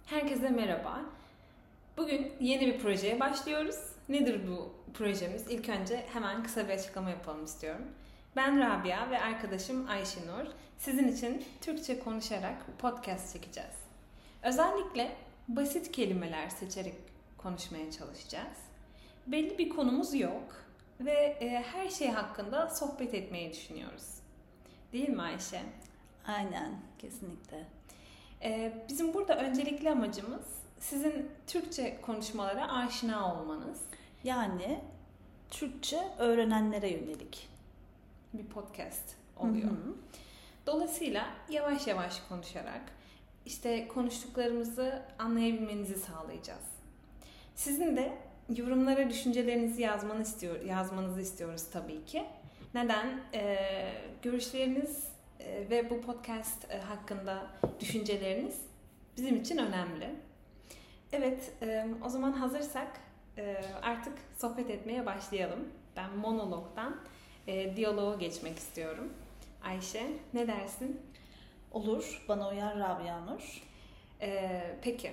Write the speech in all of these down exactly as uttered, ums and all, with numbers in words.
Herkese merhaba. Bugün yeni bir projeye başlıyoruz. Nedir bu projemiz? İlk önce hemen kısa bir açıklama yapalım istiyorum. Ben Rabia ve arkadaşım Ayşenur. Sizin için Türkçe konuşarak podcast çekeceğiz. Özellikle basit kelimeler seçerek konuşmaya çalışacağız. Belli bir konumuz yok ve e, her şey hakkında sohbet etmeyi düşünüyoruz. Değil mi Ayşe? Aynen, kesinlikle. Ee, bizim burada öncelikli amacımız sizin Türkçe konuşmalara aşina olmanız. Yani Türkçe öğrenenlere yönelik bir podcast oluyor. Hı hı. Dolayısıyla yavaş yavaş konuşarak işte konuştuklarımızı anlayabilmenizi sağlayacağız. Sizin de yorumlara düşüncelerinizi yazmanı istiyor, yazmanızı istiyoruz tabii ki. Neden? Ee, görüşleriniz ve bu podcast hakkında düşünceleriniz bizim için önemli. Evet, o zaman hazırsak artık sohbet etmeye başlayalım. Ben monologdan diyaloğa geçmek istiyorum. Ayşe, ne dersin? Olur, bana uyar Rabia Nur. Ee, peki.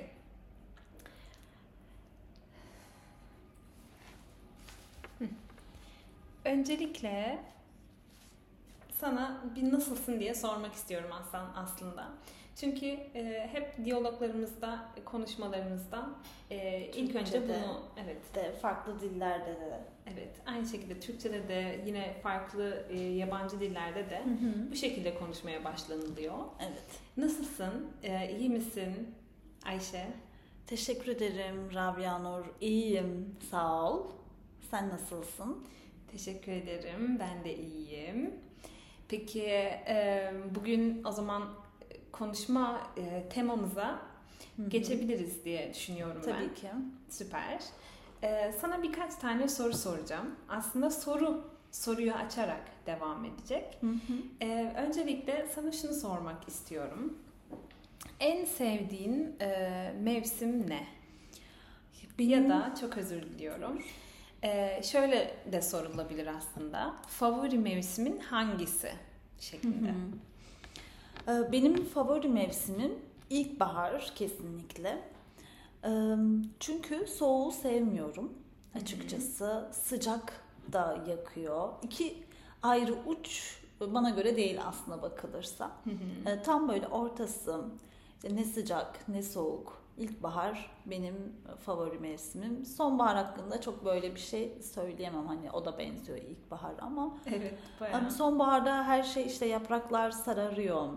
Hı. Öncelikle sana bir nasılsın diye sormak istiyorum aslında. Çünkü e, hep diyaloglarımızda, konuşmalarımızda e, ilk önce bunu evet de farklı dillerde de evet aynı şekilde Türkçede de yine farklı e, yabancı dillerde de hı hı. bu şekilde konuşmaya başlanılıyor. Evet. Nasılsın? E, iyi misin Ayşe? Teşekkür ederim Rabia Nur. İyiyim, sağ ol. Sen nasılsın? Teşekkür ederim. Ben de iyiyim. Peki e, bugün o zaman konuşma e, temamıza Hı-hı. geçebiliriz diye düşünüyorum Tabii ben. Tabii ki. Süper. E, sana birkaç tane soru soracağım. Aslında soru soruyu açarak devam edecek. E, öncelikle sana şunu sormak istiyorum. En sevdiğin e, mevsim ne? Benim... Ya da çok özür diliyorum. Ee, şöyle de sorulabilir aslında. Favori mevsimin hangisi şeklinde. Hı hı. Benim favori mevsimim ilkbahar kesinlikle. Çünkü soğuğu sevmiyorum açıkçası. Hı hı. Sıcak da yakıyor. İki ayrı uç bana göre değil aslında bakılırsa. Hı hı. Tam böyle ortası. İşte ne sıcak ne soğuk. İlkbahar benim favori mevsimim. Sonbahar hakkında çok böyle bir şey söyleyemem. Hani o da benziyor ilkbahar ama. Evet, bayağı. Sonbaharda her şey işte yapraklar sararıyor.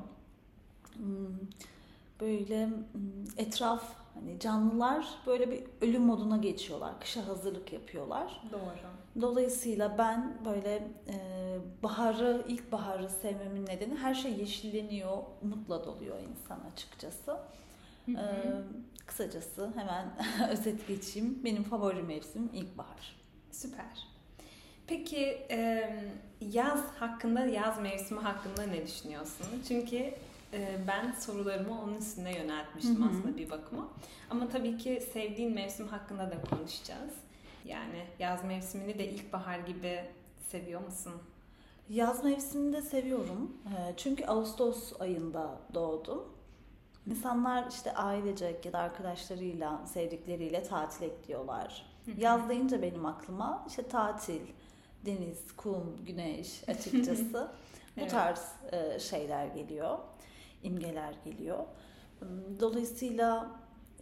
Böyle etraf hani canlılar böyle bir ölüm moduna geçiyorlar. Kışa hazırlık yapıyorlar. Doğru. Dolayısıyla ben böyle e, baharı, ilkbaharı sevmemin nedeni her şey yeşilleniyor, umutla doluyor insan açıkçası. Hı hı. Ee, kısacası hemen özet geçeyim. Benim favori mevsimim ilkbahar. Süper. Peki yaz hakkında, yaz mevsimi hakkında ne düşünüyorsun? Çünkü ben sorularımı onun üstüne yöneltmiştim Hı-hı. aslında bir bakıma. Ama tabii ki sevdiğin mevsim hakkında da konuşacağız. Yani yaz mevsimini de ilkbahar gibi seviyor musun? Yaz mevsimini de seviyorum. Çünkü Ağustos ayında doğdum. İnsanlar işte ailecek ya da arkadaşlarıyla, sevdikleriyle tatile gidiyorlar. Hı hı. Yaz deyince benim aklıma işte tatil, deniz, kum, güneş açıkçası bu evet. tarz şeyler geliyor, imgeler geliyor. Dolayısıyla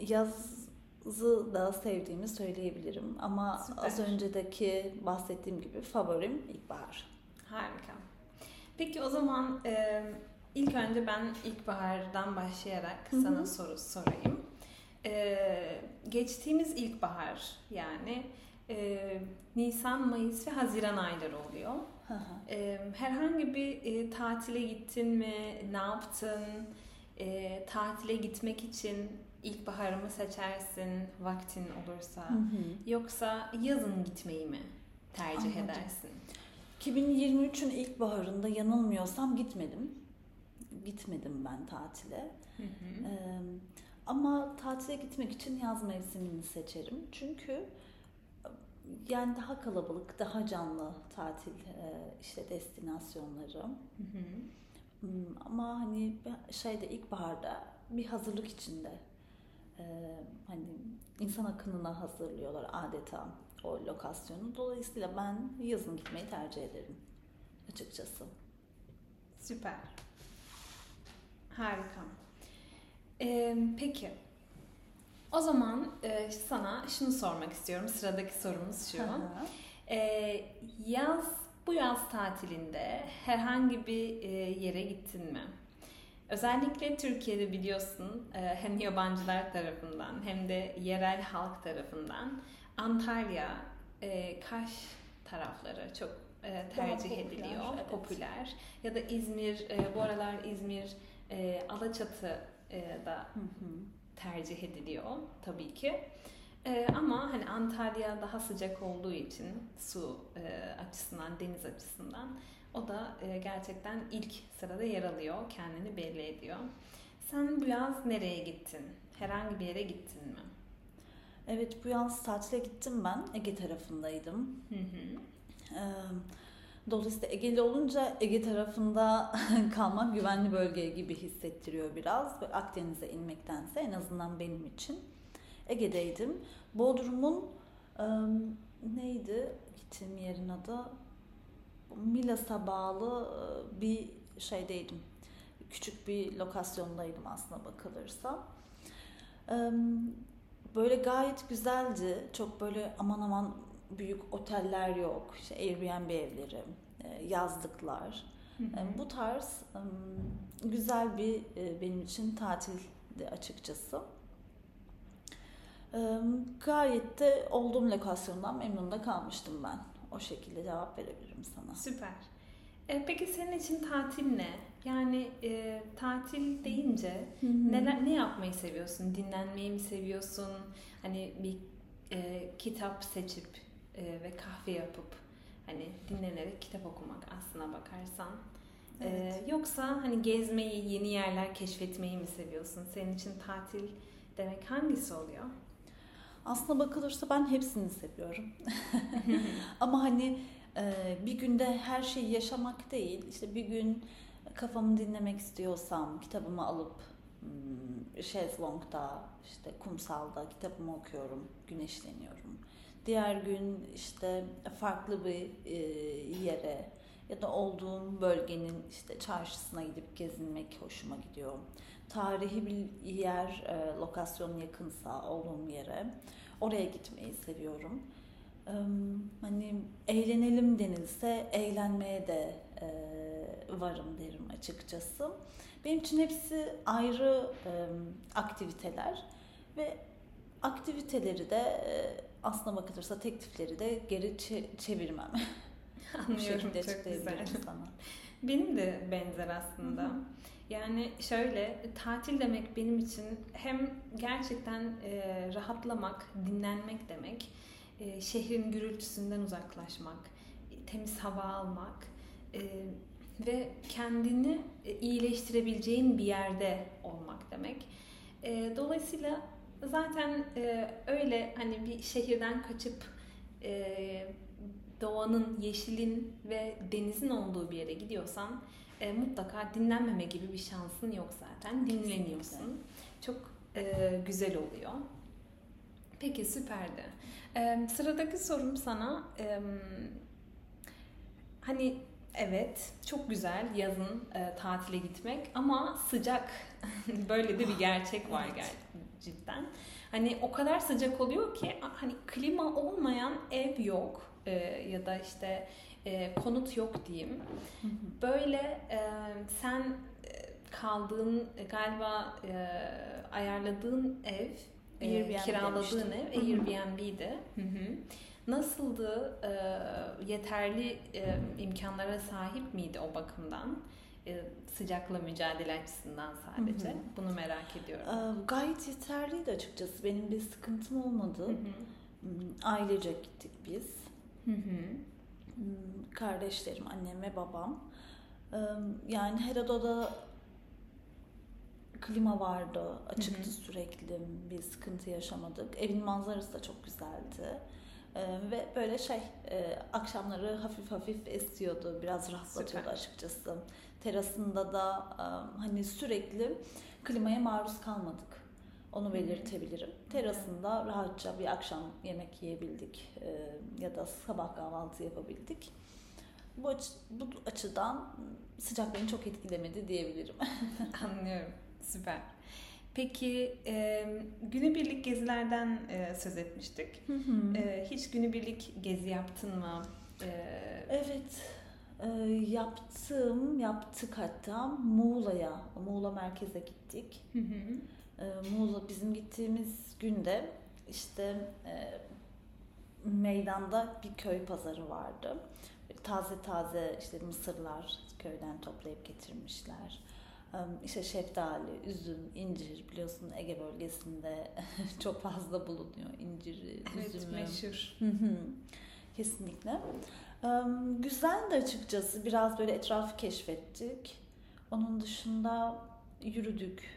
yazı da sevdiğimi söyleyebilirim. Ama Süper. Az öncedeki bahsettiğim gibi favorim ilkbahar. Harika. Peki o zaman... E... İlk önce ben ilkbahardan başlayarak Hı-hı. sana soru sorayım. Ee, geçtiğimiz ilkbahar yani e, Nisan, Mayıs ve Haziran ayları oluyor. Ee, herhangi bir e, tatile gittin mi? Ne yaptın? E, tatile gitmek için ilkbaharı mı seçersin vaktin olursa? Hı-hı. Yoksa yazın gitmeyi mi tercih Anladım. edersin? iki bin yirmi üçün ilkbaharında yanılmıyorsam gitmedim. Gitmedim ben tatile. Hı hı. Ee, ama tatile gitmek için yaz mevsimini seçerim. Çünkü yani daha kalabalık, daha canlı tatil işte destinasyonları. Hı hı. Ama hani şeyde ilkbaharda bir hazırlık içinde e, hani insan akınına hazırlıyorlar adeta o lokasyonu. Dolayısıyla ben yazın gitmeyi tercih ederim açıkçası. Süper. Harika. Ee, peki. O zaman e, sana şunu sormak istiyorum. Sıradaki sorumuz şu. Ee, yaz, bu yaz tatilinde herhangi bir e, yere gittin mi? Özellikle Türkiye'de biliyorsun e, hem yabancılar tarafından hem de yerel halk tarafından Antalya, e, Kaş tarafları çok e, tercih popüler, ediliyor, evet. popüler. Ya da İzmir, e, bu aralar İzmir, e, Alaçatı e, da Hı hı. tercih ediliyor tabii ki. Ee, ama hani Antalya daha sıcak olduğu için su e, açısından, deniz açısından o da e, gerçekten ilk sırada yer alıyor, kendini belli ediyor. Sen bu yaz nereye gittin? Herhangi bir yere gittin mi? Evet, bu yaz tatile gittim ben. Ege tarafındaydım. Hı hı. Ee, Dolayısıyla Ege'li olunca Ege tarafında kalmak güvenli bölge gibi hissettiriyor biraz. Ve Akdeniz'e inmektense en azından benim için. Ege'deydim. Bodrum'un e, neydi gittiğim yerin adı? Milas'a bağlı e, bir şeydeydim. Küçük bir lokasyondaydım aslına bakılırsa. E, Böyle gayet güzeldi. Çok böyle aman aman büyük oteller yok. İşte Airbnb evleri, e, yazlıklar. Hı hı. E, Bu tarz e, güzel bir e, benim için tatildi açıkçası. E, Gayet de olduğum lokasyondan memnun da kalmıştım ben. O şekilde cevap verebilirim sana. Süper. E, peki senin için tatil ne? Yani e, tatil deyince neler, ne yapmayı seviyorsun? Dinlenmeyi mi seviyorsun? Hani bir e, kitap seçip e, ve kahve yapıp hani dinlenerek kitap okumak aslına bakarsan. Evet. E, yoksa hani gezmeyi, yeni yerler keşfetmeyi mi seviyorsun? Senin için tatil demek hangisi oluyor? Aslına bakılırsa ben hepsini seviyorum. Ama hani bir günde her şeyi yaşamak değil, işte bir gün kafamı dinlemek istiyorsam kitabımı alıp şezlongda, işte kumsalda kitabımı okuyorum, güneşleniyorum. Diğer gün işte farklı bir yere ya da olduğum bölgenin işte çarşısına gidip gezinmek hoşuma gidiyor. Tarihi bir yer, lokasyon yakınsa olduğum yere oraya gitmeyi seviyorum. Hani eğlenelim denilse eğlenmeye de varım derim açıkçası. Benim için hepsi ayrı aktiviteler ve aktiviteleri de aslına bakılırsa teklifleri de geri çevirmem. Anlıyorum, çok güzel. Sana. Benim de benzer aslında. Hı hı. Yani şöyle, tatil demek benim için hem gerçekten e, rahatlamak, dinlenmek demek, e, şehrin gürültüsünden uzaklaşmak, e, temiz hava almak e, ve kendini e, iyileştirebileceğin bir yerde olmak demek. E, dolayısıyla zaten e, öyle hani bir şehirden kaçıp e, doğanın, yeşilin ve denizin olduğu bir yere gidiyorsan e, mutlaka dinlenmeme gibi bir şansın yok zaten. Dinleniyorsun. Kesinlikle. Çok e, güzel oluyor. Peki, süperdi. E, sıradaki sorum sana e, hani evet çok güzel yazın e, tatile gitmek ama sıcak. Böyle de bir gerçek var evet. Cidden. Hani o kadar sıcak oluyor ki hani klima olmayan ev yok e, ya da işte e, konut yok diyeyim. Böyle e, sen e, kaldığın e, galiba e, ayarladığın ev, e, kiraladığın ev Airbnb'di. Hı hı. Nasıldı? E, yeterli e, imkanlara sahip miydi o bakımdan? E, sıcakla mücadele açısından sadece. Hı hı. Bunu merak ediyorum. E, gayet yeterliydi açıkçası. Benim bir sıkıntım olmadı. Hı hı. Ailecek gittik biz. Hı hı. Kardeşlerim, annem ve babam. Yani her odada klima vardı. Açıktı hı hı. Sürekli. Bir sıkıntı yaşamadık. Evin manzarası da çok güzeldi. Ve böyle şey akşamları hafif hafif esiyordu. Biraz rahatlatıyordu Süper. Açıkçası. Terasında da hani sürekli klimaya maruz kalmadık. Onu belirtebilirim. Terasında rahatça bir akşam yemek yiyebildik e, ya da sabah kahvaltı yapabildik. Bu, açı, bu açıdan sıcak beni çok etkilemedi diyebilirim. Anlıyorum. Süper. Peki e, günübirlik gezilerden e, söz etmiştik. Hı hı. E, hiç günübirlik gezi yaptın mı? E, Evet. E, yaptım. Yaptık hatta. Muğla'ya, Muğla merkeze gittik. Hı hı. E, Muğla bizim gittiğimiz günde işte e, meydanda bir köy pazarı vardı. Taze taze işte mısırlar köyden toplayıp getirmişler. İşte şeftali, üzüm, incir, biliyorsun Ege bölgesinde çok fazla bulunuyor inciri, evet, üzümü. meşhur. Kesinlikle. Güzeldi açıkçası. Biraz böyle etrafı keşfettik. Onun dışında yürüdük.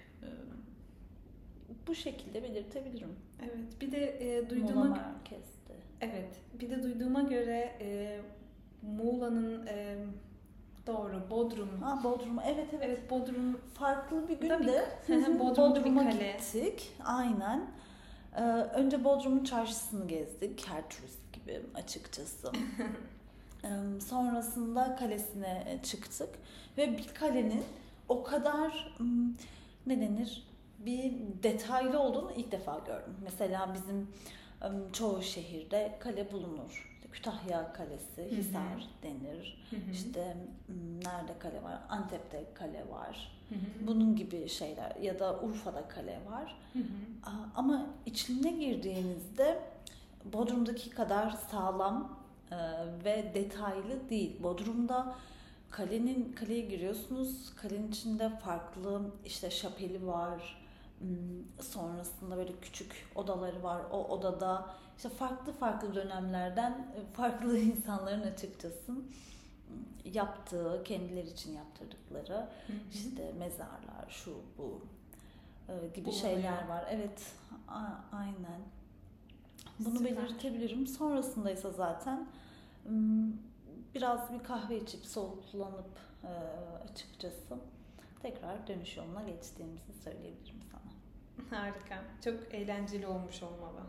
Bu şekilde belirtebilirim. Evet. Bir de e, duyduğuma Muğla merkezde. Evet. Bir de duyduğuma göre e, Muğla'nın e, doğru Bodrum. Ha, Bodrum. Evet evet. Evet, Bodrum farklı bir günde bir, Bodrum'da Bodrum'a bir kale. gittik. Aynen. Ee, önce Bodrum'un çarşısını gezdik. Her turist gibi açıkçası. ee, sonrasında kalesine çıktık. Ve bir kalenin o kadar ne denir bir detaylı olduğunu ilk defa gördüm. Mesela bizim çoğu şehirde kale bulunur. Kütahya Kalesi, Hisar hı hı. denir. Hı hı. İşte nerede kale var? Antep'te kale var. Hı hı. Bunun gibi şeyler ya da Urfa'da kale var. Hı hı. Ama içine girdiğinizde Bodrum'daki kadar sağlam ve detaylı değil. Bodrum'da kalenin kaleye giriyorsunuz. Kalenin içinde farklı işte şapeli var. Sonrasında böyle küçük odaları var. O odada işte farklı farklı dönemlerden farklı insanların açıkçası yaptığı, kendileri için yaptırdıkları hı hı. işte mezarlar, şu bu gibi bu şeyler oluyor. Var. Evet, a- aynen. Bunu Süper. Belirtebilirim. Sonrasında ise zaten biraz bir kahve içip soluklanıp açıkçası tekrar dönüş yoluna geçtiğimizi söyleyebilirim sana. Harika. Çok eğlenceli olmuş olmalı.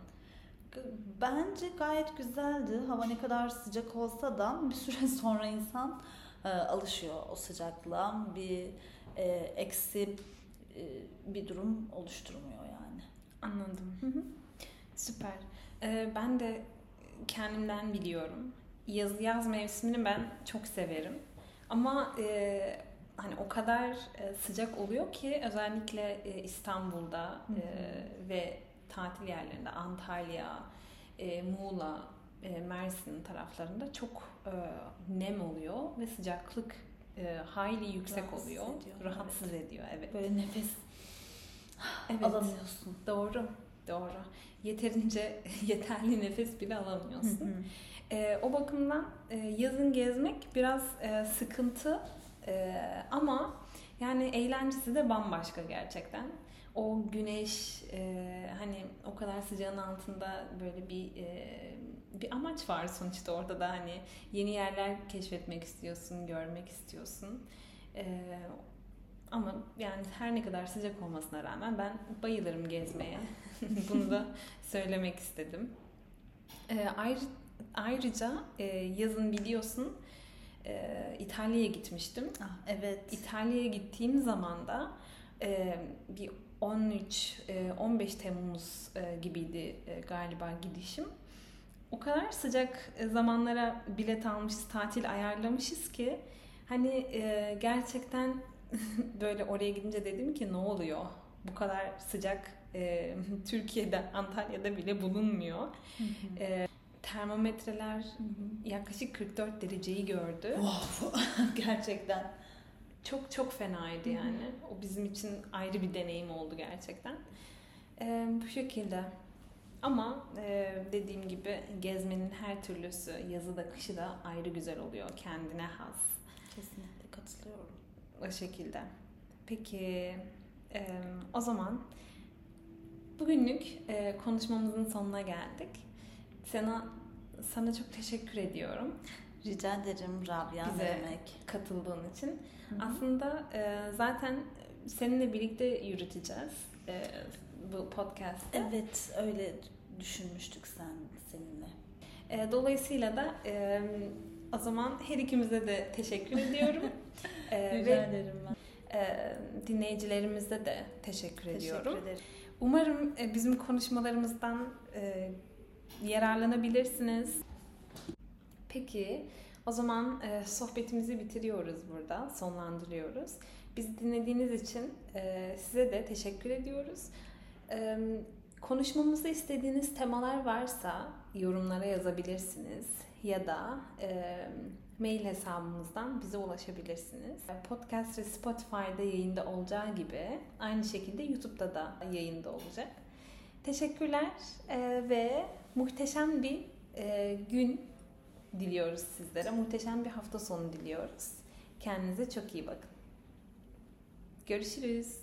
Bence gayet güzeldi. Hava ne kadar sıcak olsa da bir süre sonra insan e, alışıyor o sıcaklığa. Bir e, eksi e, bir durum oluşturmuyor yani. Anladım. Hı hı. Süper. Ee, ben de kendimden biliyorum. Yaz, yaz mevsimini ben çok severim. Ama e, hani o kadar e, sıcak oluyor ki özellikle e, İstanbul'da hı hı. E, ve tatil yerlerinde Antalya, e, Muğla, e, Mersin taraflarında çok e, nem oluyor ve sıcaklık e, hayli yüksek rahatsız oluyor. Ediyor, rahatsız evet. ediyor. Evet. Böyle nefes evet. alamıyorsun. Doğru. Doğru. Yeterince yeterli nefes bile alamıyorsun. Hı hı. E, o bakımdan e, yazın gezmek biraz e, sıkıntı e, ama yani eğlencesi de bambaşka gerçekten. O güneş e, hani o kadar sıcağın altında böyle bir e, bir amaç var sonuçta orada da hani yeni yerler keşfetmek istiyorsun, görmek istiyorsun. E, ama yani her ne kadar sıcak olmasına rağmen ben bayılırım gezmeye. Bunu da söylemek istedim. E, ayrı, ayrıca e, yazın biliyorsun e, İtalya'ya gitmiştim. Ah, evet. İtalya'ya gittiğim zaman da e, bir on üç on beş Temmuz gibiydi galiba gidişim. O kadar sıcak zamanlara bilet almışız, tatil ayarlamışız ki hani gerçekten böyle oraya gidince dedim ki ne oluyor? Bu kadar sıcak Türkiye'de, Antalya'da bile bulunmuyor. Hı hı. Termometreler hı hı. yaklaşık kırk dört dereceyi gördü. Wow. Gerçekten. Çok çok fenaydı yani. Hı-hı. O bizim için ayrı bir deneyim oldu gerçekten. Ee, bu şekilde. Ama e, dediğim gibi gezmenin her türlüsü, yazı da kışı da ayrı güzel oluyor. Kendine has. Kesinlikle katılıyorum. O şekilde. Peki e, o zaman bugünlük e, konuşmamızın sonuna geldik. Sana sana çok teşekkür ediyorum. Rica ederim Rabia, bize demek. Katıldığın için. Hı-hı. Aslında e, zaten seninle birlikte yürüteceğiz. E, bu podcast'te. Evet, öyle düşünmüştük sen seninle. E, dolayısıyla da e, o zaman her ikimize de teşekkür ediyorum. e, Rica ve ederim ben. e, dinleyicilerimize de teşekkür, Teşekkür ediyorum. ederim. Umarım e, bizim konuşmalarımızdan e, yararlanabilirsiniz. Peki, o zaman e, sohbetimizi bitiriyoruz burada, sonlandırıyoruz. Bizi dinlediğiniz için e, size de teşekkür ediyoruz. E, konuşmamızı istediğiniz temalar varsa yorumlara yazabilirsiniz ya da e, mail hesabımızdan bize ulaşabilirsiniz. Podcast ve Spotify'da yayında olacağı gibi aynı şekilde YouTube'da da yayında olacak. Teşekkürler e, ve muhteşem bir e, gün diliyoruz sizlere. Muhteşem bir hafta sonu diliyoruz. Kendinize çok iyi bakın. Görüşürüz.